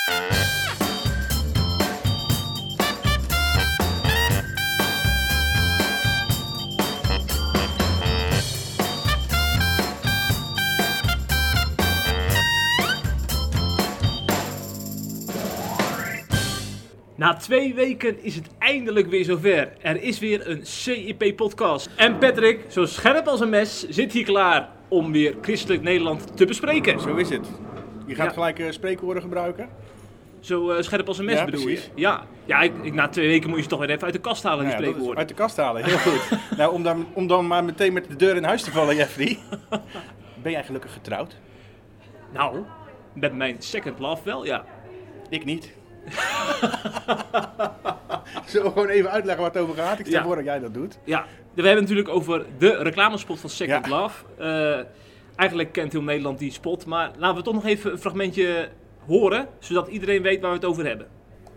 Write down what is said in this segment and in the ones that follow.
Na 2 weken is het eindelijk weer zover. Er is weer een CIP-podcast. En Patrick, zo scherp als een mes, zit hier klaar om weer Christelijk Nederland te bespreken. Zo is het. Je gaat gelijk spreekwoorden gebruiken. Zo scherp als een mes bedoel precies. Je? Ja, na 2 weken moet je ze toch weer even uit de kast halen, die spreekwoorden. Uit de kast halen, heel goed. Nou, om dan maar meteen met de deur in huis te vallen, Jeffrey. Ben jij gelukkig getrouwd? Nou, met mijn second love wel, ja. Ik niet. Zullen we gewoon even uitleggen waar het over gaat? Ik stel voor dat jij dat doet. Ja, we hebben het natuurlijk over de reclamespot van Second Love. Eigenlijk kent heel Nederland die spot, maar laten we toch nog even een fragmentje horen, zodat iedereen weet waar we het over hebben.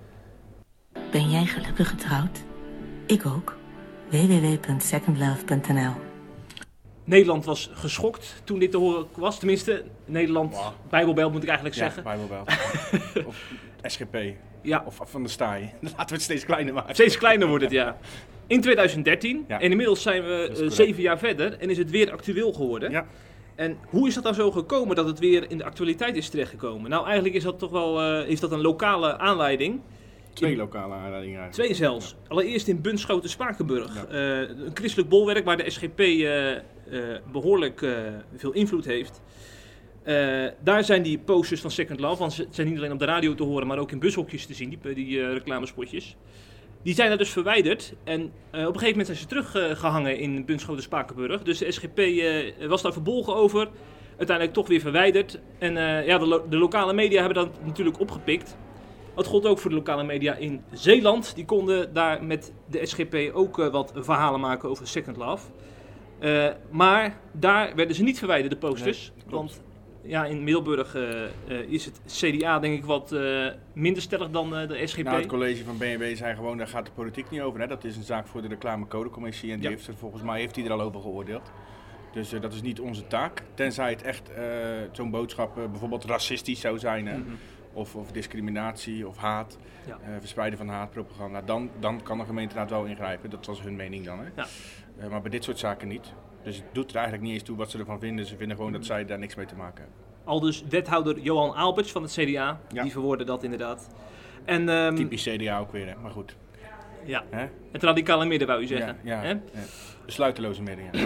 Ben jij gelukkig getrouwd? Ik ook. www.secondlove.nl. Nederland was geschokt toen dit te horen was. Tenminste, Nederland, Bijbelbelt moet ik eigenlijk zeggen. Bijbelbelt. Of SGP. Ja. Of Van der Staaij. Laten we het steeds kleiner maken. Steeds kleiner wordt het, ja. In 2013. Ja. En inmiddels zijn we 7 jaar verder en is het weer actueel geworden. Ja. En hoe is dat dan zo gekomen dat het weer in de actualiteit is terechtgekomen? Nou, eigenlijk is dat toch wel is dat een lokale aanleiding. 2 lokale aanleidingen eigenlijk. 2 zelfs. Ja. Allereerst in Bunschoten-Spakenburg. Ja. Een christelijk bolwerk waar de SGP behoorlijk veel invloed heeft. Daar zijn die posters van Second Love, want ze zijn niet alleen op de radio te horen, maar ook in bushokjes te zien, die reclamespotjes. Die zijn er dus verwijderd en op een gegeven moment zijn ze teruggehangen in Bunschoten-Spakenburg. Dus de SGP was daar verbolgen over, uiteindelijk toch weer verwijderd. En de lokale media hebben dat natuurlijk opgepikt. Dat gold ook voor de lokale media in Zeeland. Die konden daar met de SGP ook wat verhalen maken over Second Love. Maar daar werden ze niet verwijderd, de posters. Nee, want ja, in Middelburg is het CDA denk ik wat minder stellig dan de SGP. Nou, het college van BNW zei gewoon, daar gaat de politiek niet over. Hè? Dat is een zaak voor de reclamecodecommissie en die heeft er, volgens mij heeft hij er al over geoordeeld. Dus dat is niet onze taak. Tenzij het echt zo'n boodschap bijvoorbeeld racistisch zou zijn. Hè? Mm-hmm. Of discriminatie of haat, verspreiden van haatpropaganda. Dan kan de gemeenteraad wel ingrijpen. Dat was hun mening dan. Hè? Ja. Maar bij dit soort zaken niet. Dus het doet er eigenlijk niet eens toe wat ze ervan vinden. Ze vinden gewoon dat zij daar niks mee te maken hebben. Aldus wethouder Johan Aalberts van het CDA. Ja. Die verwoordde dat inderdaad. En, typisch CDA ook weer, hè? Maar goed. Ja, het radicale midden wou u zeggen. Ja. Besluiteloze midden, ja.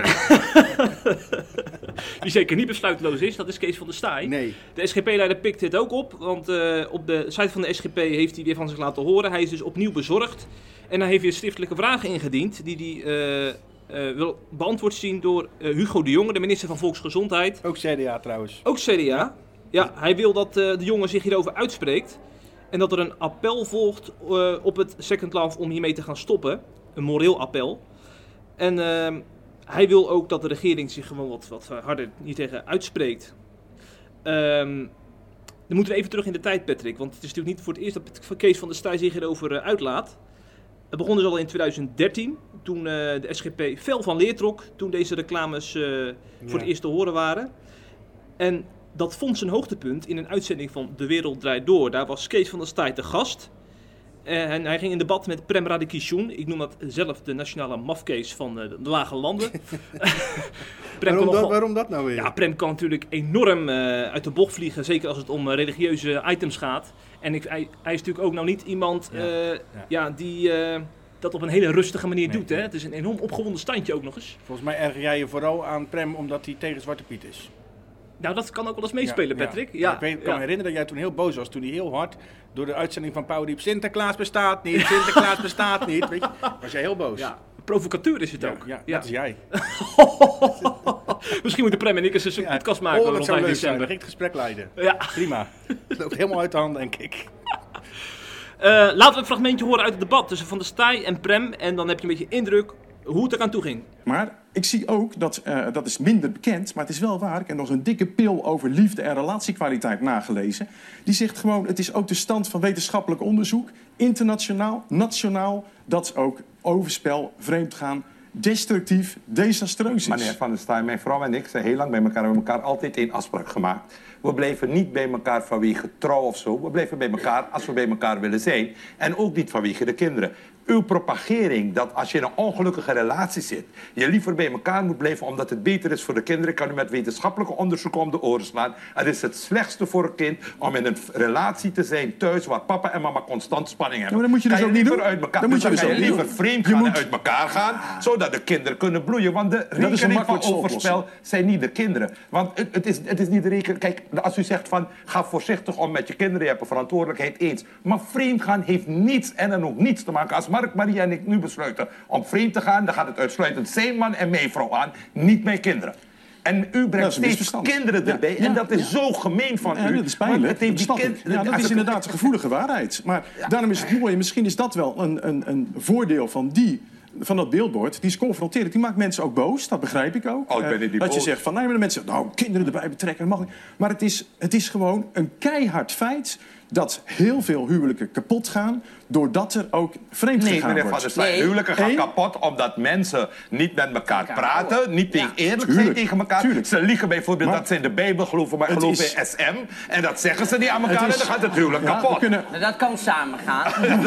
Die zeker niet besluiteloos is, dat is Kees van der Staaij. Nee. De SGP-leider pikt dit ook op, want op de site van de SGP heeft hij weer van zich laten horen. Hij is dus opnieuw bezorgd en hij heeft weer schriftelijke vragen ingediend die hij wil beantwoord zien door Hugo de Jonge, de minister van Volksgezondheid. Ook CDA trouwens. Ook CDA. Ja, hij wil dat de Jonge zich hierover uitspreekt. En dat er een appel volgt op het Second Love om hiermee te gaan stoppen. Een moreel appel. En hij wil ook dat de regering zich gewoon wat harder hier tegen uitspreekt. Dan moeten we even terug in de tijd, Patrick. Want het is natuurlijk niet voor het eerst dat Kees van der Staaij zich hierover uitlaat. Het begon dus al in 2013. Toen de SGP fel van leer trok. Toen deze reclames voor het eerst te horen waren. En dat vond zijn hoogtepunt in een uitzending van De Wereld Draait Door. Daar was Kees van der Staaij te gast. En hij ging in debat met Prem Radikation. Ik noem dat zelf de nationale mafkees van de Lage Landen. Waarom dat nou weer? Ja, Prem kan natuurlijk enorm uit de bocht vliegen. Zeker als het om religieuze items gaat. En hij is natuurlijk ook nou niet iemand die dat op een hele rustige manier doet. Hè? Het is een enorm opgewonden standje ook nog eens. Volgens mij erger jij je vooral aan Prem omdat hij tegen Zwarte Piet is. Nou, dat kan ook wel eens meespelen, Patrick. Ja. Ik kan me herinneren dat jij toen heel boos was. Toen hij heel hard door de uitzending van Pauw riep: Sinterklaas bestaat niet, Sinterklaas bestaat niet. Weet je? Was jij heel boos. Ja, provocatuur is het ook. Ja, dat is jij. Misschien moeten Prem en ik eens een podcast maken. Dat zou leuk zijn. Dan ging het gesprek leiden. Ja. Prima. Dat loopt helemaal uit de hand, denk ik. Laten we een fragmentje horen uit het debat tussen Van der Staaij en Prem. En dan heb je een beetje indruk hoe het eraan toe ging. Maar ik zie ook, dat is minder bekend, maar het is wel waar. Ik heb nog zo'n dikke pil over liefde en relatiekwaliteit nagelezen. Die zegt gewoon, het is ook de stand van wetenschappelijk onderzoek. Internationaal, nationaal, dat ook overspel, vreemdgaan destructief, desastreus is. Meneer Van der Staaij, mijn vrouw en ik zijn heel lang bij elkaar. We hebben elkaar altijd één afspraak gemaakt. We blijven niet bij elkaar vanwege trouw of zo. We blijven bij elkaar als we bij elkaar willen zijn. En ook niet vanwege de kinderen. Uw propagering dat als je in een ongelukkige relatie zit, je liever bij elkaar moet blijven omdat het beter is voor de kinderen, kan u met wetenschappelijke onderzoeken om de oren slaan. Het is het slechtste voor een kind om in een relatie te zijn thuis waar papa en mama constant spanning hebben. Ja, maar dan moet je dus ook niet doen. Uit elkaar, Dan moet je dus dus dan ook kan je niet liever doen. vreemd gaan en uit elkaar gaan, zodat de kinderen kunnen bloeien. Want de is een rekening van makkelijkste overspel zijn niet de kinderen. Want het is niet de rekening. Kijk, als u zegt van ga voorzichtig om met je kinderen, je hebt een verantwoordelijkheid eens. Maar vreemd gaan heeft niets en dan ook niets te maken. Als Mark, Marie en ik nu besluiten om vreemd te gaan, dan gaat het uitsluitend zijn man en mijn vrouw aan, niet mijn kinderen. En u brengt steeds kinderen erbij. En dat is zo gemeen van u. Dat is pijnlijk. Dat is inderdaad een gevoelige waarheid. Maar daarom is het mooi. Misschien is dat wel een voordeel van dat beeldbord. Die is confronterend. Die maakt mensen ook boos. Dat begrijp ik ook. Ik ben niet dat boos. je zegt van, nee, maar de mensen zeggen, nou, kinderen erbij betrekken, dat mag niet. Maar het is gewoon een keihard feit dat heel veel huwelijken kapot gaan doordat er ook vreemd gegaan meneer wordt. Van der Staaij, huwelijken gaan kapot omdat mensen niet met elkaar praten, niet eerlijk zijn tegen elkaar. Tuurlijk. Ze liegen bijvoorbeeld dat ze in de Bijbel geloven, maar geloven in SM. En dat zeggen ze niet aan elkaar en dan gaat het huwelijk kapot. Dat kan samengaan.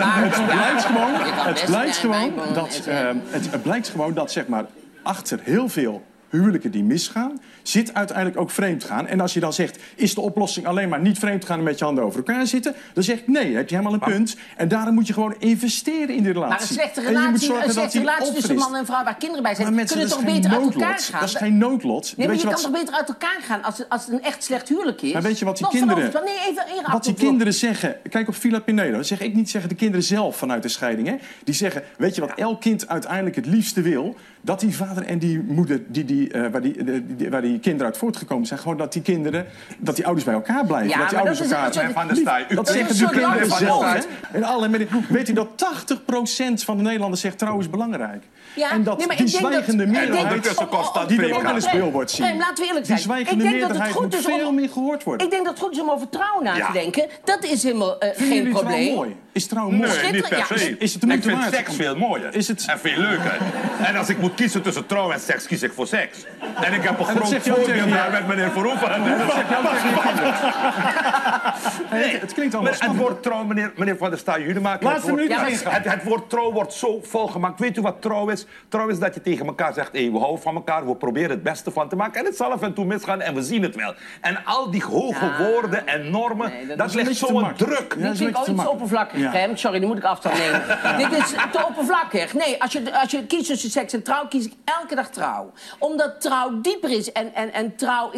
Het blijkt gewoon dat zeg maar achter heel veel huwelijken die misgaan, zit uiteindelijk ook vreemd gaan. En als je dan zegt, is de oplossing alleen maar niet vreemd gaan en met je handen over elkaar zitten, dan zeg ik nee, dan heb je helemaal een punt. En daarom moet je gewoon investeren in die relatie. Maar een slechte en je moet zorgen relatie tussen man en vrouw waar kinderen bij zijn, kunnen toch beter uit elkaar gaan? Dat is geen noodlot. Nee, maar je kan toch beter uit elkaar gaan als het een echt slecht huwelijk is? Maar weet je wat die kinderen... kinderen zeggen? Kijk op Villa Pinedo. Dat zeg ik niet, zeggen de kinderen zelf vanuit de scheiding. Hè? Die zeggen, weet je wat elk kind uiteindelijk het liefste wil? Dat die vader en die moeder, waar die kinderen uit voortgekomen zijn, gewoon dat die ouders bij elkaar blijven. Ja, dat die ouders elkaar Van der Staaij. Dat zeggen de kinderen zelf. Weet u dat 80% van de Nederlanders zegt trouw is belangrijk? Ja, en dat die zwijgende meerderheid die er ook wel eens beeldbord zien. Laten we eerlijk zijn. Die zwijgende meerderheid moet veel meer gehoord worden. Ik denk dat het goed is om over trouw na te denken. Dat is helemaal geen probleem. Mooi? Is trouw mooi? Nee, niet per se. Is het de moeite waard? Ik vind waard? seks veel mooier. En veel leuker. En als ik moet kiezen tussen trouw en seks, kies ik voor seks. En ik heb een groot voorbeeld daar met meneer Verhoeven. Het klinkt allemaal het woord trouw, meneer Van der Staaij, jullie maken het woord trouw wordt zo volgemaakt. Weet u wat trouw is? Trouw is dat je tegen elkaar zegt, we houden van elkaar, we proberen het beste van te maken. En het zal af en toe misgaan en we zien het wel. En al die hoge woorden en normen, dat ligt zo'n druk. Dit vind ik al iets oppervlakkig. Sorry, nu moet ik afstand nemen. Dit is te oppervlakkig. Nee, als je kiest tussen seks en trouw, kies ik elke dag trouw. Omdat trouw dieper is en trouw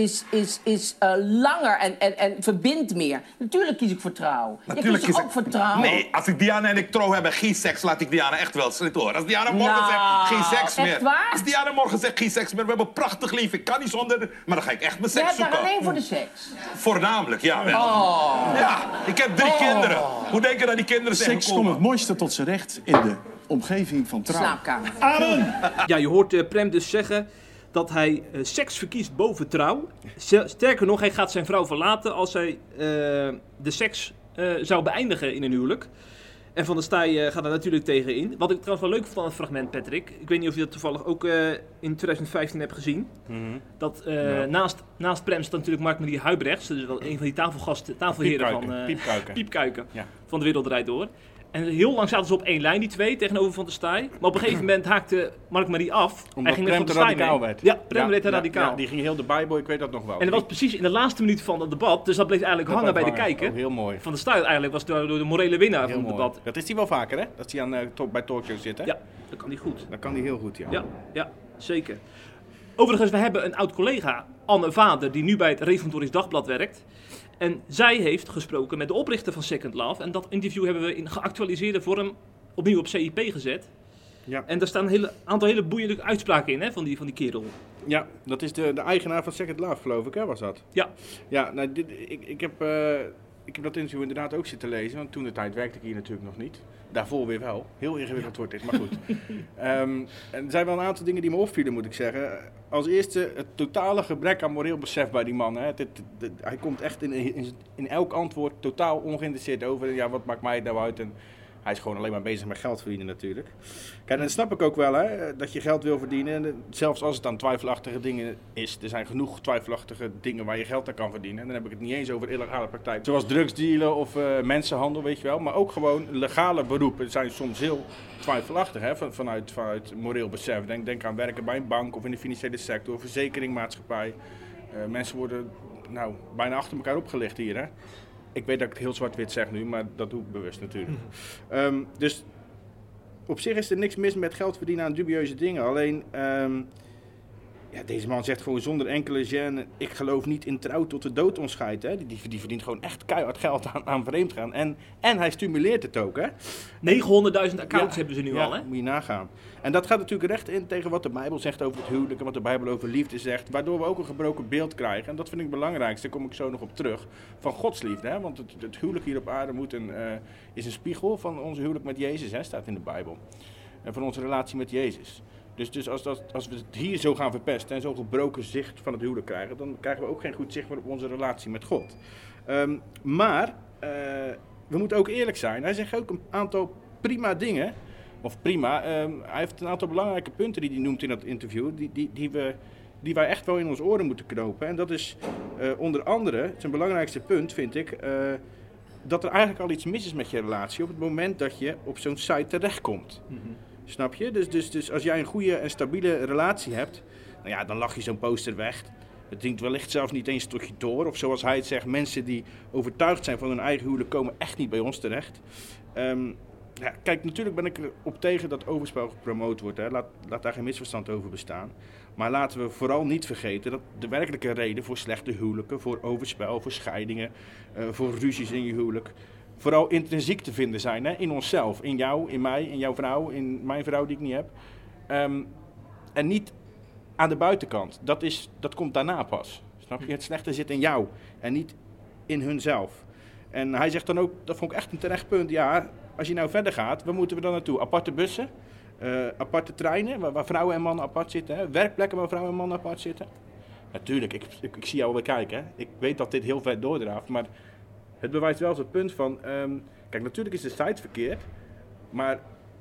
is langer en verbindt meer. Natuurlijk kies ik voor trouw. Natuurlijk kies ook voor trouw. Nee, als ik Diana en ik trouw hebben geen seks, laat ik Diana echt wel slit hoor. Als Diana morgen zegt geen seks meer. Echt waar? Als Diana morgen zegt geen seks meer, we hebben een prachtig leven. Ik kan niet zonder. Maar dan ga ik echt mijn seks zoeken. Je hebt daar alleen voor de seks? Voornamelijk, ja. Ja, ik heb 3 kinderen. Hoe denk je dat die kinderen zijn Seks komt het mooiste tot zijn recht in de omgeving van trouw. Slaapkamer. Ja, je hoort Prem dus zeggen dat hij seks verkiest boven trouw. Sterker nog, hij gaat zijn vrouw verlaten als hij de seks zou beëindigen in een huwelijk. En Van der Staaij gaat daar natuurlijk tegen in. Wat ik trouwens wel leuk vond aan het fragment, Patrick. Ik weet niet of je dat toevallig ook in 2015 hebt gezien. Mm-hmm. Dat naast Prem staat natuurlijk Mark-Marie Huibrechts. Dus wel een van die tafelheren van Piepkuiken van De Wereld Draait Door. En heel lang zaten ze op één lijn, die twee, tegenover Van der Staaij. Maar op een gegeven moment haakte Mark-Marie af. Omdat hij ging Prem met te Van der Staaij radicaal mee. werd. Ja, Prem werd radicaal. Ja, die ging heel de Bijbel, ik weet dat nog wel. En dat was precies in de laatste minuut van het debat. Dus dat bleef eigenlijk hangen bij de kijker. Oh, heel mooi. Van der Staaij eigenlijk was door de morele winnaar heel van het debat. Dat is hij wel vaker, hè? Dat hij bij talkshows zit, hè? Ja, dat kan hij goed. Dat kan hij heel goed, ja. Ja, zeker. Overigens, we hebben een oud-collega, Anne Vader, die nu bij het Reformatorisch Dagblad werkt. En zij heeft gesproken met de oprichter van Second Love. En dat interview hebben we in geactualiseerde vorm opnieuw op CIP gezet. Ja. En daar staan een aantal hele boeiende uitspraken in, hè, van die kerel. Ja, dat is de eigenaar van Second Love, geloof ik, hè, was dat? Ja. Ja, nou, ik heb dat interview inderdaad ook zitten lezen, want toen de tijd werkte ik hier natuurlijk nog niet. Daarvoor weer wel. Heel ingewikkeld wordt dit, maar goed. En er zijn wel een aantal dingen die me opvielen, moet ik zeggen. Als eerste het totale gebrek aan moreel besef bij die man. Hè. Hij komt echt in elk antwoord totaal ongeïnteresseerd over. Ja, wat maakt mij het nou uit? En Hij is gewoon alleen maar bezig met geld verdienen natuurlijk. Kijk, en dat snap ik ook wel, hè, dat je geld wil verdienen. En zelfs als het aan twijfelachtige dingen is. Er zijn genoeg twijfelachtige dingen waar je geld aan kan verdienen. En dan heb ik het niet eens over illegale praktijken. Zoals drugsdealen of mensenhandel, weet je wel. Maar ook gewoon legale beroepen zijn soms heel twijfelachtig, hè, vanuit moreel besef. Denk aan werken bij een bank of in de financiële sector, verzekeringmaatschappij. Mensen worden bijna achter elkaar opgelicht hier, hè. Ik weet dat ik het heel zwart-wit zeg nu, maar dat doe ik bewust natuurlijk. Dus op zich is er niks mis met geld verdienen aan dubieuze dingen. Alleen, deze man zegt gewoon zonder enkele gêne, ik geloof niet in trouw tot de dood ons scheidt. Hè? Die verdient gewoon echt keihard geld aan vreemdgaan. En hij stimuleert het ook. Hè? 900.000 accounts hebben ze nu al, hè? Moet je nagaan. En dat gaat natuurlijk recht in tegen wat de Bijbel zegt over het huwelijk en wat de Bijbel over liefde zegt. Waardoor we ook een gebroken beeld krijgen. En dat vind ik het belangrijkste, daar kom ik zo nog op terug. Van Gods liefde. Hè? Want het huwelijk hier op aarde is een spiegel van onze huwelijk met Jezus, hè? Staat in de Bijbel. En van onze relatie met Jezus. Dus als we het hier zo gaan verpesten en zo'n gebroken zicht van het huwelijk krijgen, dan krijgen we ook geen goed zicht meer op onze relatie met God. Maar we moeten ook eerlijk zijn. Hij zegt ook een aantal prima dingen. Of prima. Hij heeft een aantal belangrijke punten die hij noemt in dat interview. Die wij echt wel in ons oren moeten knopen. En dat is onder andere, zijn belangrijkste punt vind ik, dat er eigenlijk al iets mis is met je relatie op het moment dat je op zo'n site terechtkomt. Mm-hmm. Snap je? Dus als jij een goede en stabiele relatie hebt, dan lach je zo'n poster weg. Het dringt wellicht zelfs niet eens tot je door. Of zoals hij het zegt, mensen die overtuigd zijn van hun eigen huwelijk komen echt niet bij ons terecht. Kijk, natuurlijk ben ik erop tegen dat overspel gepromoot wordt. Hè. Laat daar geen misverstand over bestaan. Maar laten we vooral niet vergeten dat de werkelijke reden voor slechte huwelijken, voor overspel, voor scheidingen, voor ruzies in je huwelijk, vooral intrinsiek te vinden zijn, hè? In onszelf, in jou, in mij, in jouw vrouw, in mijn vrouw die ik niet heb. En niet aan de buitenkant. Dat komt daarna pas. Snap je? Het slechte zit in jou en niet in hunzelf. En hij zegt dan ook, dat vond ik echt een terecht punt, ja, als je nou verder gaat, waar moeten we dan naartoe? Aparte bussen, aparte treinen, waar vrouwen en mannen apart zitten, hè? Werkplekken waar vrouwen en mannen apart zitten. Natuurlijk, ik zie jou weer kijken, hè? Ik weet dat dit heel ver doordraaft, maar het bewijst wel eens het punt van, kijk, natuurlijk is de site verkeerd, maar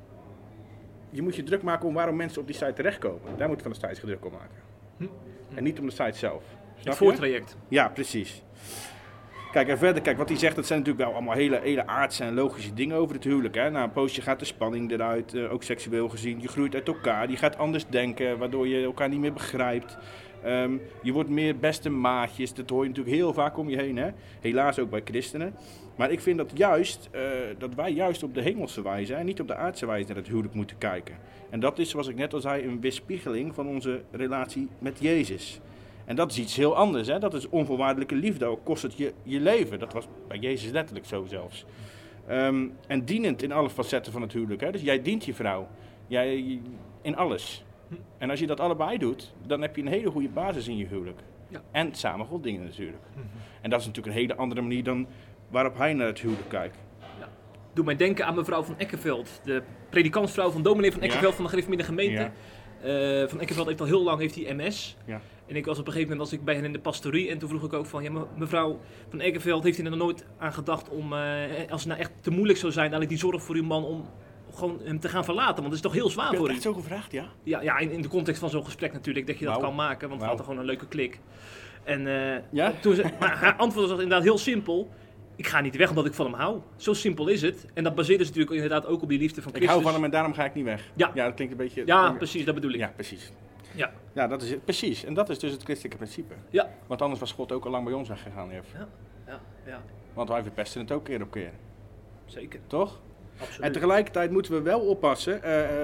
je moet je druk maken om waarom mensen op die site terechtkomen. Daar moet je van de site druk om maken. En niet om de site zelf. Het voortraject. Ja, precies. Kijk, en verder, wat hij zegt, dat zijn natuurlijk wel allemaal hele aardse en logische dingen over het huwelijk. Hè? Na een poosje gaat de spanning eruit, ook seksueel gezien. Je groeit uit elkaar, je gaat anders denken, waardoor je elkaar niet meer begrijpt. Je wordt meer beste maatjes, dat hoor je natuurlijk heel vaak om je heen, hè? Helaas ook bij christenen. Maar ik vind dat wij juist op de hemelse wijze en niet op de aardse wijze naar het huwelijk moeten kijken. En dat is, zoals ik net al zei, een weerspiegeling van onze relatie met Jezus. En dat is iets heel anders, hè? Dat is onvoorwaardelijke liefde, ook kost het je leven. Dat was bij Jezus letterlijk zo zelfs. En dienend in alle facetten van het huwelijk, hè? Dus jij dient je vrouw, jij in alles. En als je dat allebei doet, dan heb je een hele goede basis in je huwelijk. Ja. En samen God dingen natuurlijk. Mm-hmm. En dat is natuurlijk een hele andere manier dan waarop hij naar het huwelijk kijkt. Ja. Doe mij denken aan mevrouw van Eckerveld, de predikantsvrouw van dominee van Eckerveld van de gereformeerde gemeente. Ja. Van Eckerveld heeft al heel lang MS. Ja. En ik was op een gegeven moment bij hen in de pastorie en toen vroeg ik ook van, ja, mevrouw van Eckerveld, heeft u er nog nooit aan gedacht om, als het nou echt te moeilijk zou zijn, eigenlijk die zorg voor uw man om gewoon hem te gaan verlaten, want het is toch heel zwaar voor u. Heb je het echt zo gevraagd, ja? Ja, in de context van zo'n gesprek natuurlijk, dat je dat kan maken, want het had er gewoon een leuke klik. En maar haar antwoord was inderdaad heel simpel. Ik ga niet weg omdat ik van hem hou. Zo simpel is het. En dat baseert dus natuurlijk inderdaad ook op die liefde van Christus. Ik hou van hem en daarom ga ik niet weg. Ja, dat klinkt een beetje... Ja, precies, dat bedoel ik. Ja, precies. Ja, dat is het. Precies. En dat is dus het christelijke principe. Ja. Want anders was God ook al lang bij ons weggegaan. Ja. Want wij verpesten het ook keer op keer. Zeker. Toch? Absoluut. En tegelijkertijd moeten we wel oppassen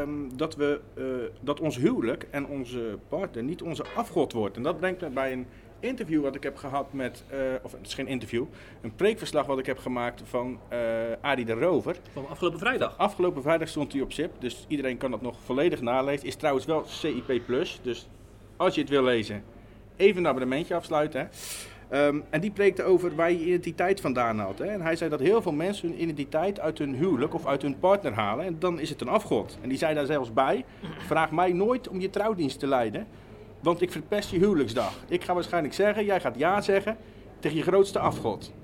dat ons huwelijk en onze partner niet onze afgod wordt. En dat brengt me bij een interview wat ik heb gehad met, of het is geen interview, een preekverslag wat ik heb gemaakt van Arie de Rover. Van afgelopen vrijdag? Afgelopen vrijdag stond hij op SIP, dus iedereen kan dat nog volledig nalezen. Is trouwens wel CIP+, dus als je het wil lezen, even een abonnementje afsluiten. Hè. En die preekte over waar je identiteit vandaan haalt. Hè. En hij zei dat heel veel mensen hun identiteit uit hun huwelijk of uit hun partner halen. En dan is het een afgod. En die zei daar zelfs bij, vraag mij nooit om je trouwdienst te leiden, want ik verpest je huwelijksdag. Ik ga waarschijnlijk zeggen, jij gaat ja zeggen tegen je grootste afgod.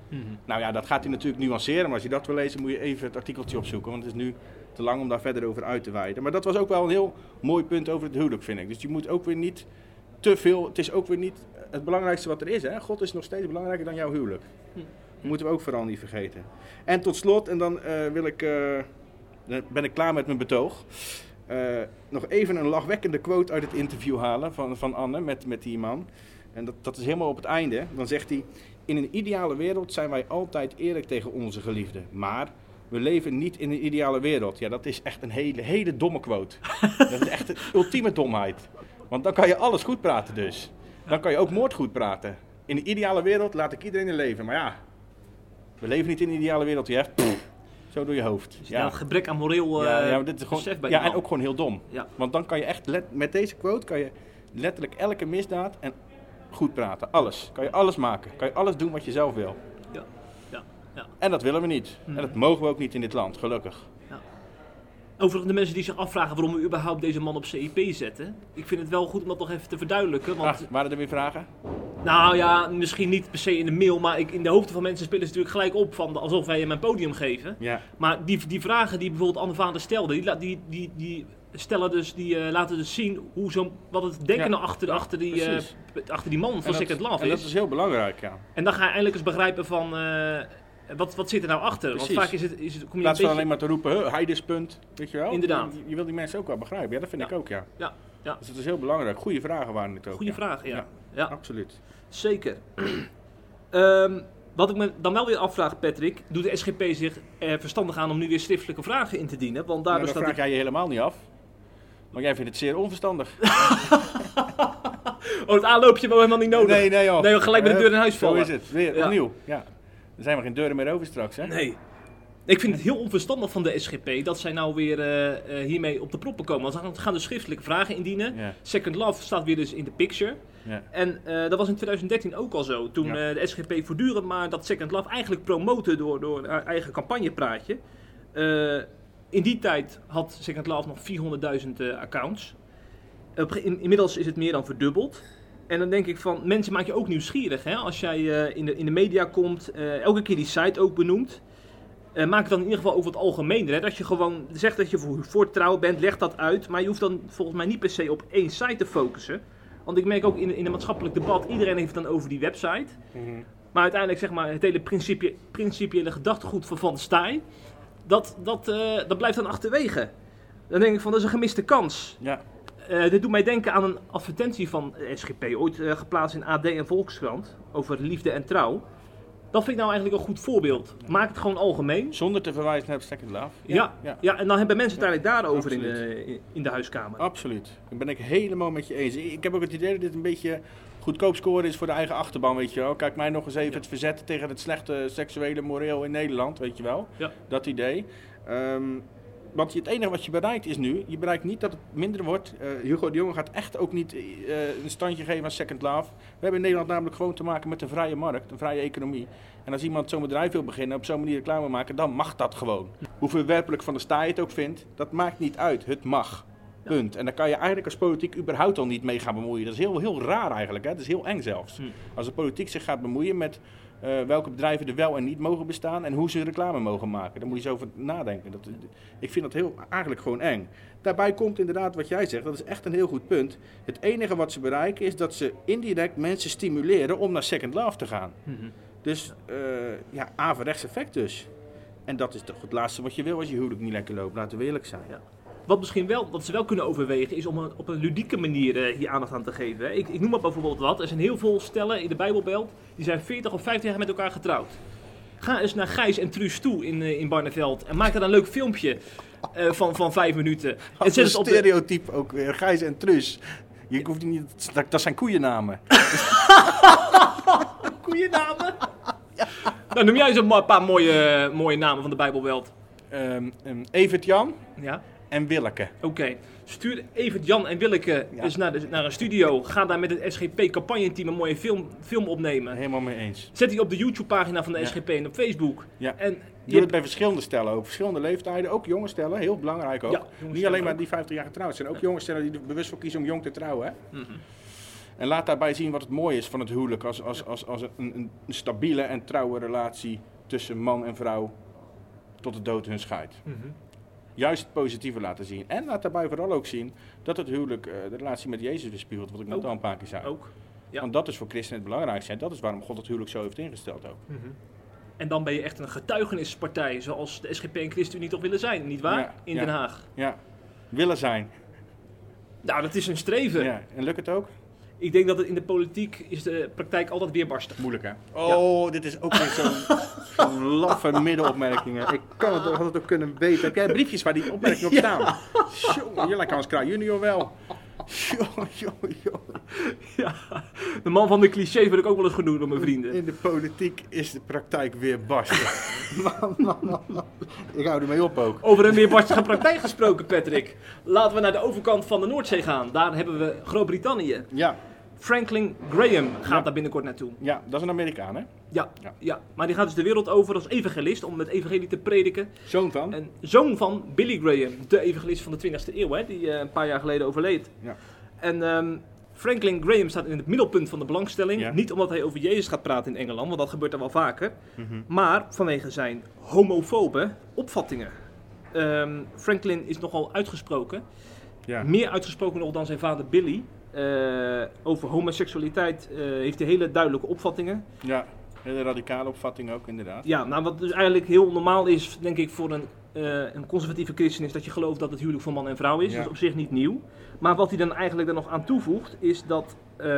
Nou ja, dat gaat hij natuurlijk nuanceren, maar als je dat wil lezen moet je even het artikeltje opzoeken, want het is nu te lang om daar verder over uit te wijden. Maar dat was ook wel een heel mooi punt over het huwelijk, vind ik. Dus je moet ook weer niet te veel, het is ook weer niet het belangrijkste wat er is. Hè? God is nog steeds belangrijker dan jouw huwelijk. Dat moeten we ook vooral niet vergeten. En tot slot, en dan ben ik klaar met mijn betoog. Nog even een lachwekkende quote uit het interview halen van Anne met die man. En dat is helemaal op het einde. Dan zegt hij: in een ideale wereld zijn wij altijd eerlijk tegen onze geliefden. Maar we leven niet in een ideale wereld. Ja, dat is echt een hele domme quote. Dat is echt de ultieme domheid. Want dan kan je alles goed praten dus. Dan kan je ook moord goed praten. In een ideale wereld laat ik iedereen in leven. Maar ja, we leven niet in een ideale wereld. Je hebt zo door je hoofd. Dus een gebrek aan moreel maar dit is gewoon, besef bij ja, iemand. en ook gewoon heel dom. Ja. Want dan kan je echt, met deze quote kan je letterlijk elke misdaad en goed praten. Alles. Kan je alles maken. Kan je alles doen wat je zelf wil. Ja. En dat willen we niet. En dat mogen we ook niet in dit land, gelukkig. Ja. Overigens, de mensen die zich afvragen waarom we überhaupt deze man op CIP zetten. Ik vind het wel goed om dat nog even te verduidelijken. Want, Waren er weer vragen? nou ja, misschien niet per se in de mail, maar in de hoofden van mensen spelen ze natuurlijk gelijk op van alsof wij hem een podium geven. Ja. Maar die vragen die bijvoorbeeld Anne Vader stelde, die laten dus zien hoe wat het denken nou achter die man van Second Love en is. dat is heel belangrijk, ja. En dan ga je eindelijk eens begrijpen van wat zit er nou achter. Precies. Want vaak kom je In plaats een van beetje... alleen maar te roepen, heidespunt, weet je wel. Inderdaad. Je wil die mensen ook wel begrijpen. Ja, dat vind ik ook, ja. Ja. Dus dat is heel belangrijk. Goede vragen waren het ook. Goeie vragen, ja. Absoluut. Zeker. Wat ik me dan wel weer afvraag, Patrick, doet de SGP zich er verstandig aan om nu weer schriftelijke vragen in te dienen? Want daardoor Dat vraag jij je helemaal niet af. Want jij vindt het zeer onverstandig. het aanloopje wel helemaal niet nodig. Nee, joh. Nee, gelijk met de deur in huis vallen. Zo is het. Weer opnieuw. Ja. Er zijn maar geen deuren meer over straks, hè? Nee. Ik vind het heel onverstandig van de SGP dat zij nou weer hiermee op de proppen komen. Want ze gaan dus schriftelijke vragen indienen. Ja. Second Love staat weer dus in de picture. Ja. En dat was in 2013 ook al zo. Toen de SGP voortdurend maar dat Second Love eigenlijk promoten door haar eigen campagnepraatje. In die tijd had Second Love nog 400.000 accounts. Inmiddels is het meer dan verdubbeld. En dan denk ik van, mensen maak je ook nieuwsgierig. Hè? Als jij in de media komt, elke keer die site ook benoemt. Maak het dan in ieder geval ook wat algemener. Hè? Dat je gewoon zegt dat je voor trouw bent, leg dat uit. Maar je hoeft dan volgens mij niet per se op één site te focussen. Want ik merk ook in een maatschappelijk debat, iedereen heeft het dan over die website. Mm-hmm. Maar uiteindelijk zeg maar het hele principiële gedachtegoed van Van der Staaij, dat blijft dan achterwege. Dan denk ik van, dat is een gemiste kans. Ja. Dit doet mij denken aan een advertentie van SGP, ooit geplaatst in AD en Volkskrant, over liefde en trouw. Dat vind ik nou eigenlijk een goed voorbeeld. Maak het gewoon algemeen. Zonder te verwijzen naar Second Love. Ja, en dan hebben mensen het eigenlijk daarover in de huiskamer. Absoluut. Daar ben ik helemaal met je eens. Ik heb ook het idee dat dit een beetje goedkoop scoren is voor de eigen achterban, weet je wel. Kijk mij nog eens even het verzet tegen het slechte seksuele moreel in Nederland, weet je wel. Ja. Dat idee. Want het enige wat je bereikt is nu, je bereikt niet dat het minder wordt. Hugo de Jonge gaat echt ook niet een standje geven aan Second Love. We hebben in Nederland namelijk gewoon te maken met een vrije markt, een vrije economie. En als iemand zo'n bedrijf wil beginnen, op zo'n manier reclame maken, dan mag dat gewoon. Hoeveel werkelijk Van der Staaij het ook vindt, dat maakt niet uit. Het mag. Punt. En daar kan je eigenlijk als politiek überhaupt al niet mee gaan bemoeien. Dat is heel, heel raar eigenlijk. Hè? Dat is heel eng zelfs. Als de politiek zich gaat bemoeien met welke bedrijven er wel en niet mogen bestaan en hoe ze reclame mogen maken. Daar moet je zo over nadenken. Ik vind dat eigenlijk gewoon eng. Daarbij komt inderdaad wat jij zegt, dat is echt een heel goed punt. Het enige wat ze bereiken is dat ze indirect mensen stimuleren om naar Second Love te gaan. Mm-hmm. Dus averechts effect dus. En dat is toch het laatste wat je wil als je huwelijk niet lekker loopt, laten we eerlijk zijn. Ja. Wat ze wel kunnen overwegen is om op een ludieke manier hier aandacht aan te geven. Ik noem maar bijvoorbeeld wat. Er zijn heel veel stellen in de Bijbelbelt die zijn 40 of 50 jaar met elkaar getrouwd. Ga eens naar Gijs en Truus toe in Barneveld en maak er een leuk filmpje van 5 minuten. En zet het op stereotype ook weer, Gijs en Truus. Je hoeft niet, dat zijn koeiennamen. Koeiennamen? Ja. Nou, noem jij eens een paar mooie namen van de Bijbelbelt. Evert Jan. Ja. En Willeke. Oké. Stuur Evert Jan en Willeke dus naar een studio. Ga daar met het SGP-campagneteam een mooie film opnemen. Helemaal mee eens. Zet die op de YouTube-pagina van de SGP en op Facebook. Ja. En doe het bij verschillende stellen ook. Verschillende leeftijden. Ook jonge stellen. Heel belangrijk ook. Ja, niet alleen maar die 50 jaar getrouwd zijn. Ook jonge stellen die er bewust voor kiezen om jong te trouwen. Hè? Mm-hmm. En laat daarbij zien wat het mooie is van het huwelijk als een stabiele en trouwe relatie tussen man en vrouw tot de dood hun scheidt. Mm-hmm. Juist het positieve laten zien. En laat daarbij vooral ook zien dat het huwelijk de relatie met Jezus weerspiegelt, wat ik net al een paar keer zei. Ook. Ja. Want dat is voor christenen het belangrijkste. En dat is waarom God het huwelijk zo heeft ingesteld ook. Mm-hmm. En dan ben je echt een getuigenispartij, zoals de SGP en ChristenUnie toch willen zijn, nietwaar? Ja, in ja. Den Haag. Ja, willen zijn. Nou, dat is een streven. Ja. En lukt het ook? Ik denk dat het in de politiek is de praktijk altijd weerbarstig. Moeilijk, hè? Oh, dit is ook weer zo'n laffe middenopmerkingen. Ik had het ook kunnen weten. Heb jij briefjes waar die opmerkingen op staan? Jongen, je lijkt Hans Kraaij junior wel. Jongen. Ja, de man van de cliché word ik ook wel eens genoemd door mijn vrienden. In de politiek is de praktijk weerbarstig. Man. Ik hou ermee op ook. Over een weerbarstige praktijk gesproken, Patrick. Laten we naar de overkant van de Noordzee gaan. Daar hebben we Groot-Brittannië. Ja. Franklin Graham gaat daar binnenkort naartoe. Ja, dat is een Amerikaan, hè? Ja, maar die gaat dus de wereld over als evangelist om het evangelie te prediken. Zoon van? En zoon van Billy Graham, de evangelist van de 20e eeuw, hè, die een paar jaar geleden overleed. Ja. En Franklin Graham staat in het middelpunt van de belangstelling. Ja. Niet omdat hij over Jezus gaat praten in Engeland, want dat gebeurt er wel vaker. Mm-hmm. Maar vanwege zijn homofobe opvattingen. Franklin is nogal uitgesproken. Ja. Meer uitgesproken nog dan zijn vader Billy. Over homoseksualiteit heeft hij hele duidelijke opvattingen. Ja, hele radicale opvatting ook, inderdaad. Ja, nou wat dus eigenlijk heel normaal is, denk ik, voor een conservatieve christen is dat je gelooft dat het huwelijk van man en vrouw is. Ja. Dat is op zich niet nieuw. Maar wat hij dan eigenlijk er nog aan toevoegt, is dat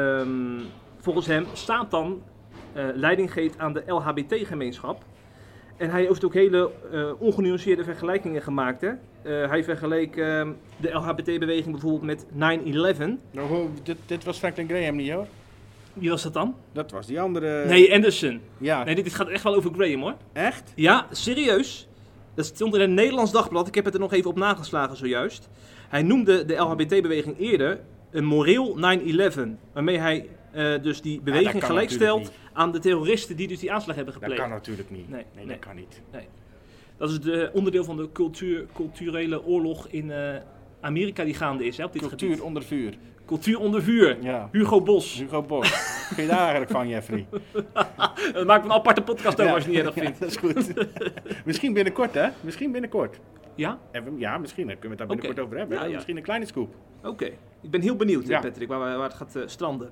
volgens hem Satan leiding geeft aan de LHBT-gemeenschap. En hij heeft ook hele ongenuanceerde vergelijkingen gemaakt. Hè? Hij vergeleek de LHBT-beweging bijvoorbeeld met 9/11. Nou, dit was Franklin Graham niet, hoor. Wie was dat dan? Dat was die andere... Nee, Anderson. Ja. Nee, dit gaat echt wel over Graham, hoor. Echt? Ja, serieus. Dat stond in het Nederlands Dagblad. Ik heb het er nog even op nageslagen zojuist. Hij noemde de LHBT-beweging eerder een moreel 9/11. Waarmee hij dus die beweging gelijkstelt aan de terroristen die dus die aanslag hebben gepleegd. Dat kan natuurlijk niet. Nee. Dat kan niet. Nee. Dat is de onderdeel van de culturele oorlog in Amerika die gaande is, hè, op dit Cultuur gebied. onder vuur. Cultuur onder vuur. Ja. Hugo Bos. Hugo Bos. Wat vind je daar eigenlijk van, Jeffrey? Dat maakt een aparte podcast over als je het niet erg vindt. Ja, dat is goed. Misschien binnenkort, hè? Misschien binnenkort. Ja? Ja, misschien. Daar kunnen we het daar binnenkort over hebben. Ja, ja. Misschien een kleine scoop. Oké. Ik ben heel benieuwd, Ja. Patrick, waar het gaat stranden.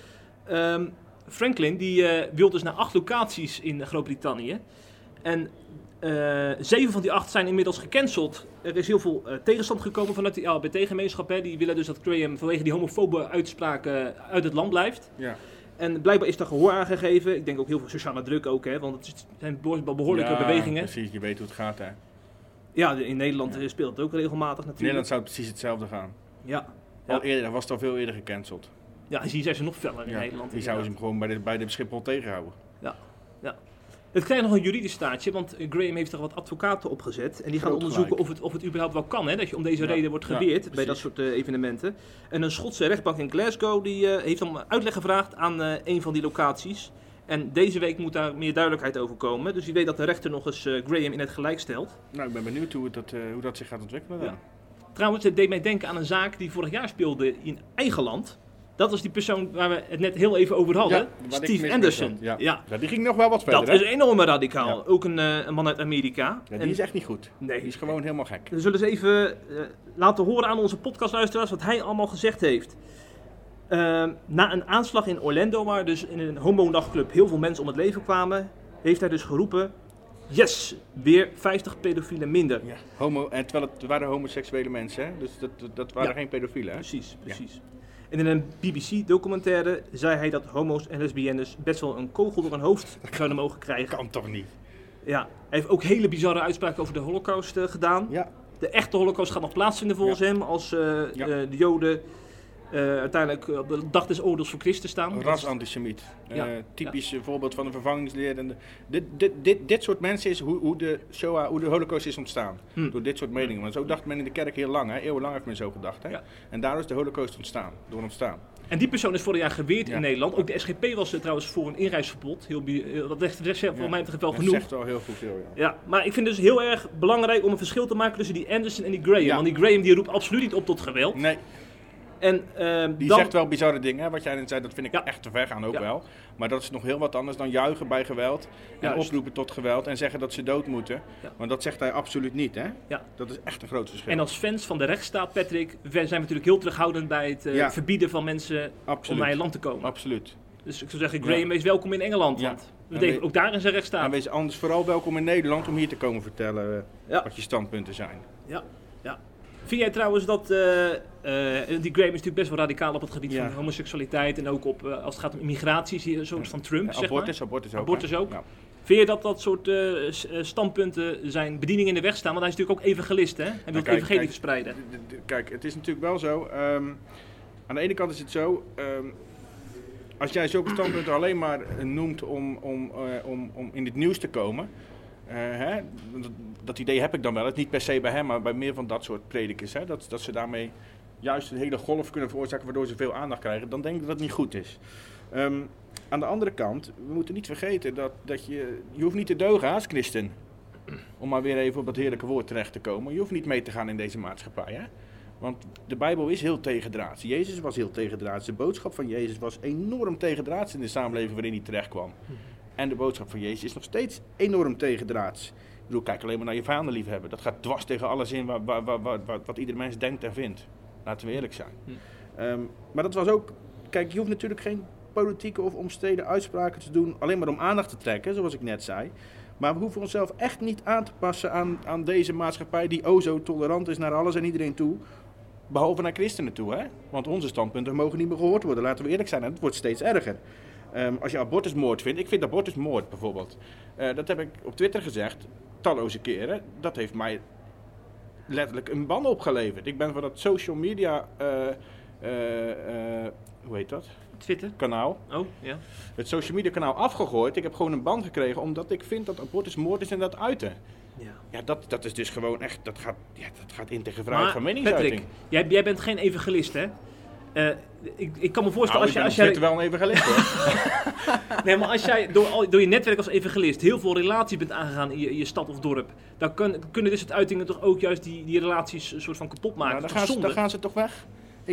Franklin die wil dus naar 8 locaties in Groot-Brittannië. En 7 van die 8 zijn inmiddels gecanceld. Er is heel veel tegenstand gekomen vanuit die LHBT-gemeenschap. Hè. Die willen dus dat Graham vanwege die homofobe uitspraken uit het land blijft. Ja. En blijkbaar is daar gehoor aan gegeven. Ik denk ook heel veel sociale druk ook, hè, want het zijn behoorlijke bewegingen. Precies. Je weet hoe het gaat, hè? Ja, in Nederland speelt het ook regelmatig natuurlijk. In Nederland zou het precies hetzelfde gaan. Ja. Al eerder, was het al veel eerder gecanceld. Ja, hier zijn ze nog feller in Ja, Nederland. die zouden ze hem gewoon bij de Schiphol tegenhouden. Ja. Het krijgt nog een juridisch staartje, want Graham heeft er wat advocaten opgezet. En die gaan Groot onderzoeken gelijk. of het überhaupt wel kan, hè, dat je om deze Ja. reden wordt Ja, geweerd bij precies. dat soort evenementen. En een Schotse rechtbank in Glasgow die heeft om uitleg gevraagd aan een van die locaties. En deze week moet daar meer duidelijkheid over komen. Dus wie weet dat de rechter nog eens Graham in het gelijk stelt. Nou, ik ben benieuwd hoe dat zich gaat ontwikkelen dan. Ja. Trouwens, het deed mij denken aan een zaak die vorig jaar speelde in eigen land. Dat was die persoon waar we het net heel even over hadden. Ja, waar ik Steve mis Anderson. mee zat. Ja. Ja, die ging nog wel wat verder, Dat is hè? enorm radicaal. Ja. Ook een man uit Amerika. Ja, die is echt niet goed. Nee. Die is gewoon helemaal gek. We zullen eens even laten horen aan onze podcastluisteraars wat hij allemaal gezegd heeft. Na een aanslag in Orlando, waar dus in een homo-nachtclub heel veel mensen om het leven kwamen, heeft hij dus geroepen: yes, weer 50 pedofielen minder. Ja. En terwijl het waren homoseksuele mensen, hè? Dus dat waren Ja. geen pedofielen, hè? Precies. En in een BBC-documentaire zei hij dat homo's en lesbiennes best wel een kogel door hun hoofd zouden mogen krijgen. Kan toch niet? Ja, hij heeft ook hele bizarre uitspraken over de Holocaust gedaan. Ja. De echte Holocaust gaat nog plaatsvinden volgens hem, als de Joden uiteindelijk op de dag des oordeels voor Christus staan. Rasantisemiet. Ja. Typisch voorbeeld van een vervangingsleer. En dit soort mensen is hoe de Shoah, hoe de Holocaust is ontstaan. Door dit soort meningen. Want zo dacht men in de kerk heel lang. Hè? Eeuwenlang heeft men zo gedacht. Hè? Ja. En daar is de Holocaust ontstaan. En die persoon is vorig jaar geweerd Ja. in Nederland. Ook de SGP was trouwens voor een inreisverbod. Dat is voor mij toch wel Dat genoeg. zegt wel heel goed veel, ja. Ja, maar ik vind het dus heel erg belangrijk om een verschil te maken tussen die Anderson en die Graham. Ja. Want die Graham die roept absoluut niet op tot geweld. Nee. En, die zegt wel bizarre dingen, hè? Wat jij net zei, dat vind ik echt te ver gaan ook wel. Maar dat is nog heel wat anders dan juichen bij geweld en oproepen tot geweld en zeggen dat ze dood moeten. Ja. Want dat zegt hij absoluut niet, hè? Ja. Dat is echt een groot verschil. En als fans van de rechtsstaat, Patrick, zijn we natuurlijk heel terughoudend bij het verbieden van mensen om naar je land te komen. Absoluut. Dus ik zou zeggen, Graham, wees welkom in Engeland, want we leven ook daar in zijn rechtsstaat. En wees anders vooral welkom in Nederland om hier te komen vertellen wat je standpunten zijn. Ja. Vind jij trouwens dat, die Graham is natuurlijk best wel radicaal op het gebied van homoseksualiteit en ook op, als het gaat om immigratie, zie je zoals van Trump, zeg maar. Abortus ook. Ja. Vind je dat soort standpunten zijn bediening in de weg staan? Want hij is natuurlijk ook evangelist, hè? Hij wil het evangelie verspreiden. Kijk, het is natuurlijk wel zo, aan de ene kant is het zo, als jij zulke standpunten alleen maar noemt om in het nieuws te komen, dat idee heb ik dan wel. Het is niet per se bij hem, maar bij meer van dat soort predikers. Hè? Dat ze daarmee juist een hele golf kunnen veroorzaken waardoor ze veel aandacht krijgen. Dan denk ik dat het niet goed is. Aan de andere kant, we moeten niet vergeten dat je hoeft niet te deugen als christen. Om maar weer even op dat heerlijke woord terecht te komen. Je hoeft niet mee te gaan in deze maatschappij. Hè? Want de Bijbel is heel tegendraads. Jezus was heel tegendraads. De boodschap van Jezus was enorm tegendraads in de samenleving waarin hij terecht kwam. En de boodschap van Jezus is nog steeds enorm tegendraads. Ik bedoel, kijk alleen maar naar je vijanden liefhebben. Dat gaat dwars tegen alles in wat ieder mens denkt en vindt. Laten we eerlijk zijn. Maar dat was ook... Kijk, je hoeft natuurlijk geen politieke of omstreden uitspraken te doen alleen maar om aandacht te trekken, zoals ik net zei. Maar we hoeven onszelf echt niet aan te passen aan deze maatschappij die zo tolerant is naar alles en iedereen toe. Behalve naar christenen toe, hè? Want onze standpunten mogen niet meer gehoord worden. Laten we eerlijk zijn, en het wordt steeds erger. Als je abortusmoord vindt, ik vind abortusmoord bijvoorbeeld. Dat heb ik op Twitter gezegd, talloze keren. Dat heeft mij letterlijk een ban opgeleverd. Ik ben van dat social media, hoe heet dat? Twitter? Kanaal. Oh, ja. Het social media kanaal afgegooid. Ik heb gewoon een ban gekregen omdat ik vind dat abortusmoord is en dat uiten. Ja, dat is dus gewoon echt, dat gaat in tegen vrijheid van meningsuiting. Patrick, jij bent geen evangelist, hè? Ik kan me voorstellen als jij wel een evangelist, hoor. Nee, maar als jij door je netwerk als evangelist heel veel relaties bent aangegaan in je stad of dorp, dan kunnen dit soort uitingen toch ook juist die relaties een soort van kapot maken. Dan gaan ze toch weg.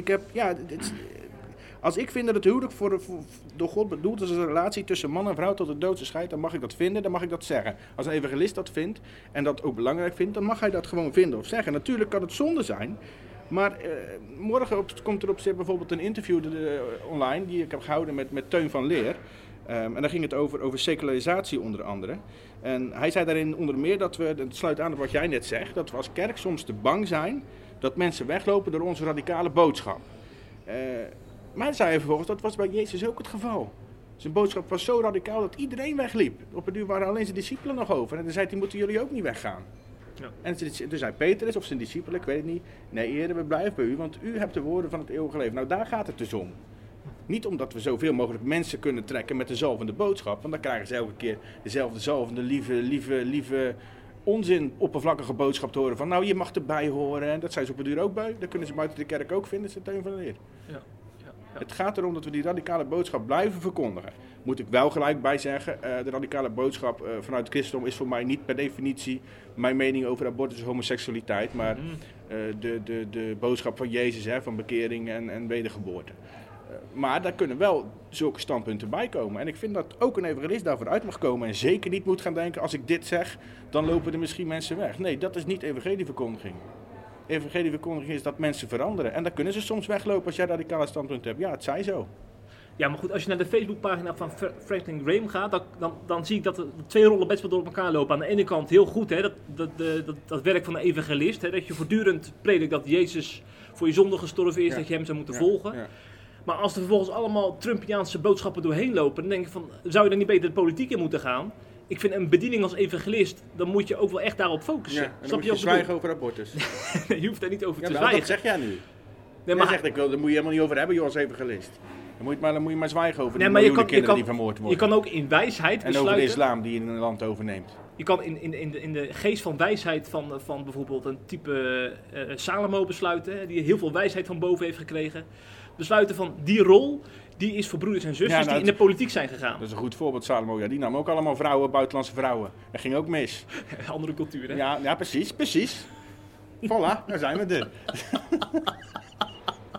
Als ik vind dat het huwelijk door God bedoeld is als een relatie tussen man en vrouw tot de dood scheidt, dan mag ik dat vinden, dan mag ik dat zeggen. Als een evangelist dat vindt en dat ook belangrijk vindt, dan mag hij dat gewoon vinden of zeggen. Natuurlijk kan het zonde zijn, maar morgen komt er op zich bijvoorbeeld een interview online die ik heb gehouden met Teun van Leer. En daar ging het over secularisatie onder andere. En hij zei daarin onder meer dat het sluit aan op wat jij net zegt, dat we als kerk soms te bang zijn dat mensen weglopen door onze radicale boodschap. Maar hij zei vervolgens, dat was bij Jezus ook het geval. Zijn boodschap was zo radicaal dat iedereen wegliep. Op het duur waren alleen zijn discipelen nog over. En dan zei hij, moeten jullie ook niet weggaan. Ja. En toen zei Petrus of zijn discipelen, ik weet het niet. Nee, Heer, we blijven bij u, want u hebt de woorden van het eeuwige leven. Nou, daar gaat het dus om. Niet omdat we zoveel mogelijk mensen kunnen trekken met de zalvende boodschap. Want dan krijgen ze elke keer dezelfde zalvende, lieve, onzin, oppervlakkige boodschap te horen. Van, nou, je mag erbij horen. En dat zijn ze op het duur ook bij. Dat kunnen ze buiten de kerk ook vinden, dat is Teun van Leer. Ja. Het gaat erom dat we die radicale boodschap blijven verkondigen. Moet ik wel gelijk bij zeggen, de radicale boodschap vanuit het christendom is voor mij niet per definitie mijn mening over abortus en homoseksualiteit, maar de boodschap van Jezus, hè, van bekering en wedergeboorte. Maar daar kunnen wel zulke standpunten bij komen. En ik vind dat ook een evangelist daarvoor uit mag komen en zeker niet moet gaan denken, als ik dit zeg, dan lopen er misschien mensen weg. Nee, dat is niet evangelieverkondiging. Evangelieverkondiging is dat mensen veranderen. En dan kunnen ze soms weglopen als jij radicale standpunt hebt. Ja, het zij zo. Ja, maar goed, als je naar de Facebookpagina van Franklin Graham gaat, dan zie ik dat de twee rollen best wel door elkaar lopen. Aan de ene kant heel goed, hè, dat werk van de evangelist. Hè, dat je voortdurend predikt dat Jezus voor je zonde gestorven is, dat je hem zou moeten volgen. Ja. Maar als er vervolgens allemaal Trumpiaanse boodschappen doorheen lopen, dan denk ik van, zou je dan niet beter de politiek in moeten gaan? Ik vind een bediening als evangelist, dan moet je ook wel echt daarop focussen. Ja, en dan moet je zwijgen over abortus. Je hoeft daar niet over te zwijgen. Dat zeg jij nu. Nee, maar zegt, daar moet je helemaal niet over hebben, joh, als evangelist. Dan moet je maar zwijgen over die miljoenen kinderen die vermoord worden. Je kan ook in wijsheid besluiten. En over de islam die je in een land overneemt. Je kan in de geest van wijsheid van bijvoorbeeld een type Salomo besluiten, die heel veel wijsheid van boven heeft gekregen. Besluiten van die rol, die is voor broeders en zusters die in de politiek zijn gegaan. Dat is een goed voorbeeld, Salomo. Ja, die nam ook allemaal vrouwen, buitenlandse vrouwen. Dat ging ook mis. Andere cultuur, hè? Ja, precies. Voilà, daar zijn we er.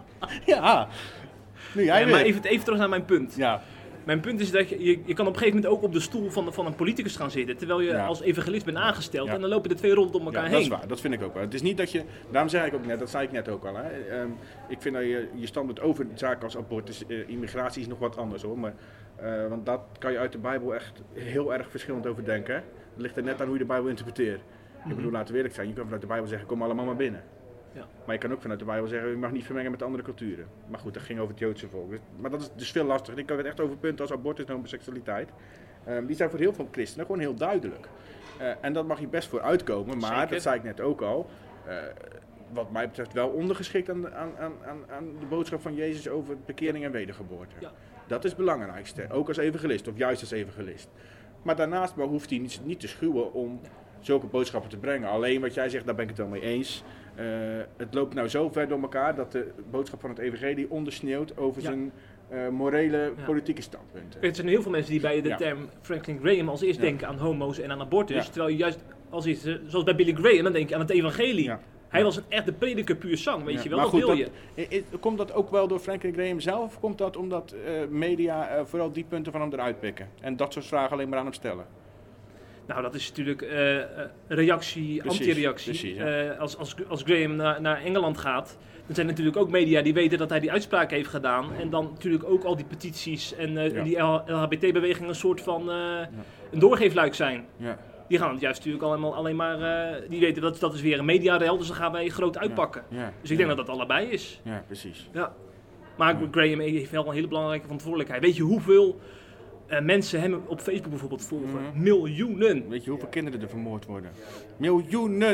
Ja. Nu jij maar weer. even terug naar mijn punt. Ja. Mijn punt is dat je kan op een gegeven moment ook op de stoel van een politicus gaan zitten. Terwijl je als evangelist bent aangesteld. Ja. En dan lopen de twee rond om elkaar heen. Dat is waar, dat vind ik ook wel. Het is niet dat je, daarom zei ik ook net, dat zei ik net ook al. Hè. Ik vind dat je standpunt over zaken als abortus, immigratie is nog wat anders hoor. Maar, want dat kan je uit de Bijbel echt heel erg verschillend over denken. Hè. Het ligt er net aan hoe je de Bijbel interpreteert. Ik bedoel, laten we eerlijk zijn, je kan vanuit de Bijbel zeggen, kom allemaal maar binnen. Ja. Maar je kan ook vanuit de Bijbel zeggen, je mag niet vermengen met andere culturen. Maar goed, dat ging over het Joodse volk. Maar dat is dus veel lastiger. Ik kan het echt over punten als abortus en homoseksualiteit. Die zijn voor heel veel christenen gewoon heel duidelijk. En dat mag je best voor uitkomen. Maar, zeker. Dat zei ik net ook al, wat mij betreft wel ondergeschikt aan de boodschap van Jezus over bekering en wedergeboorte. Ja. Dat is het belangrijkste, ook als evangelist of juist als evangelist. Maar daarnaast hoeft hij niet te schuwen om zulke boodschappen te brengen. Alleen wat jij zegt, daar ben ik het wel mee eens. Het loopt nou zo ver door elkaar dat de boodschap van het evangelie ondersneeuwt over zijn morele, politieke standpunten. Er zijn heel veel mensen die bij de term Franklin Graham als eerst denken aan homo's en aan abortus. Terwijl je juist als iets, zoals bij Billy Graham, dan denk je aan het evangelie. Ja. Hij was een echte prediker puur zang, weet je wel, dat wil je. Komt dat ook wel door Franklin Graham zelf? Of komt dat omdat media vooral die punten van hem eruit pikken? En dat soort vragen alleen maar aan hem stellen? Nou, dat is natuurlijk reactie, anti-reactie. Precies, ja. Als Graham naar Engeland gaat, dan zijn er natuurlijk ook media die weten dat hij die uitspraak heeft gedaan. En dan natuurlijk ook al die petities en die LHBT-beweging een soort van een doorgeefluik zijn. Ja. Die gaan het juist natuurlijk alleen maar, die weten dat is weer een mediarel, dus dan gaan wij groot uitpakken. Ja, dus ik denk dat dat allebei is. Ja, precies. Ja. Maar Graham heeft wel een hele belangrijke verantwoordelijkheid. Weet je hoeveel mensen hem op Facebook bijvoorbeeld volgen? Miljoenen. Weet je hoeveel kinderen er vermoord worden? Miljoenen!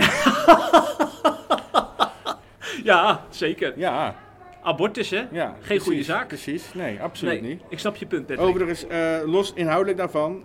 Ja, zeker. Ja. Abortus, hè? Ja, geen goede zaak. Precies, nee, absoluut niet. Ik snap je punt, Patrick. Overigens, los inhoudelijk daarvan,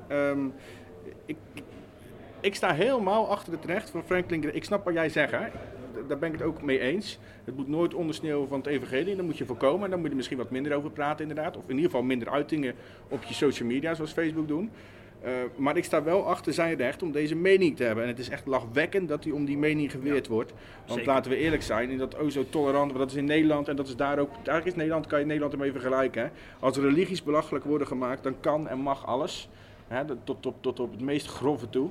ik sta helemaal achter het recht van Franklin Graham. Ik snap wat jij zegt, hè? Daar ben ik het ook mee eens. Het moet nooit ondersneeuwen van het evangelie. Dat moet je voorkomen. En daar moet je misschien wat minder over praten inderdaad. Of in ieder geval minder uitingen op je social media, zoals Facebook doen. Maar ik sta wel achter zijn recht om deze mening te hebben. En het is echt lachwekkend dat hij om die mening geweerd wordt. Want zeker. Laten we eerlijk zijn, in dat zo tolerant, want dat is in Nederland en dat is daar ook. Eigenlijk is Nederland, kan je Nederland ermee vergelijken. Hè? Als religies belachelijk worden gemaakt, dan kan en mag alles. Hè? Tot op het meest grove toe.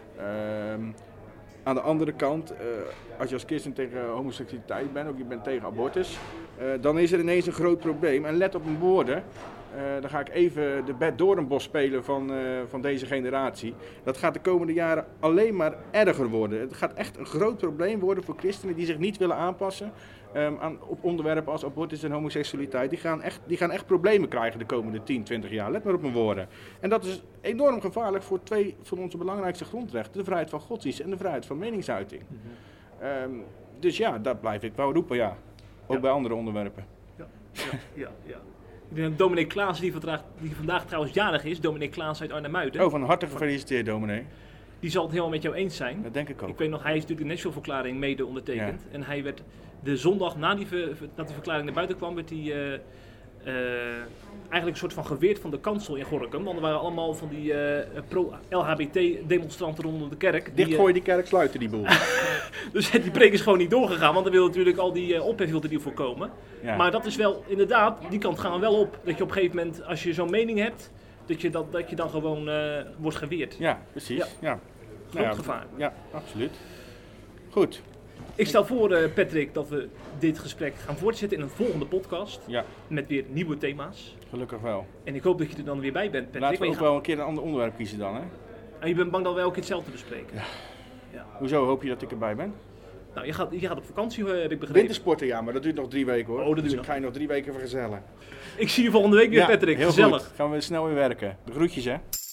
Aan de andere kant, als je als christen tegen homoseksualiteit bent, of je bent tegen abortus, dan is er ineens een groot probleem. En let op mijn woorden, dan ga ik even de Bert Doornbos spelen van deze generatie. Dat gaat de komende jaren alleen maar erger worden. Het gaat echt een groot probleem worden voor christenen die zich niet willen aanpassen op onderwerpen als abortus en homoseksualiteit. Die gaan echt problemen krijgen de komende 10, 20 jaar. Let maar op mijn woorden. En dat is enorm gevaarlijk voor twee van onze belangrijkste grondrechten. De vrijheid van godsdienst en de vrijheid van meningsuiting. Mm-hmm. Dus ja, dat blijf ik wel roepen, ja. Ook bij andere onderwerpen. Ja. Ik denk dat dominee Klaas, die vandaag trouwens jarig is, dominee Klaas uit Arnhem-Zuid. Oh, van harte gefeliciteerd, dominee. Die zal het helemaal met jou eens zijn. Dat denk ik ook. Ik weet nog, hij is natuurlijk de Nashville-verklaring mede ondertekend. Ja. En hij werd de zondag nadat die verklaring naar buiten kwam, werd hij eigenlijk een soort van geweerd van de kansel in Gorinchem. Want er waren allemaal van die pro-LHBT-demonstranten rondom de kerk. Dichtgooien die kerk, sluiten die boel. Dus die preek is gewoon niet doorgegaan, want dan wil natuurlijk al die ophef wilde die voorkomen. Ja. Maar dat is wel, inderdaad, die kant gaan we wel op. Dat je op een gegeven moment, als je zo'n mening hebt, dat je dan gewoon wordt geweerd. Ja, precies. Ja. Groot gevaar. Ja, absoluut. Goed. Ik stel voor, Patrick, dat we dit gesprek gaan voortzetten in een volgende podcast. Ja. Met weer nieuwe thema's. Gelukkig wel. En ik hoop dat je er dan weer bij bent, Patrick. Laten we ook wel een keer een ander onderwerp kiezen dan, hè? En je bent bang dat we elke keer hetzelfde bespreken? Ja. Hoezo hoop je dat ik erbij ben? Nou, je gaat op vakantie, heb ik begrepen. Wintersporten, ja, maar dat duurt nog 3 weken, hoor. Oh, dat dus ik ga je nog 3 weken vergezellen. Ik zie je volgende week weer, Patrick. Heel gezellig. Goed. Gaan we snel weer werken. De groetjes, hè?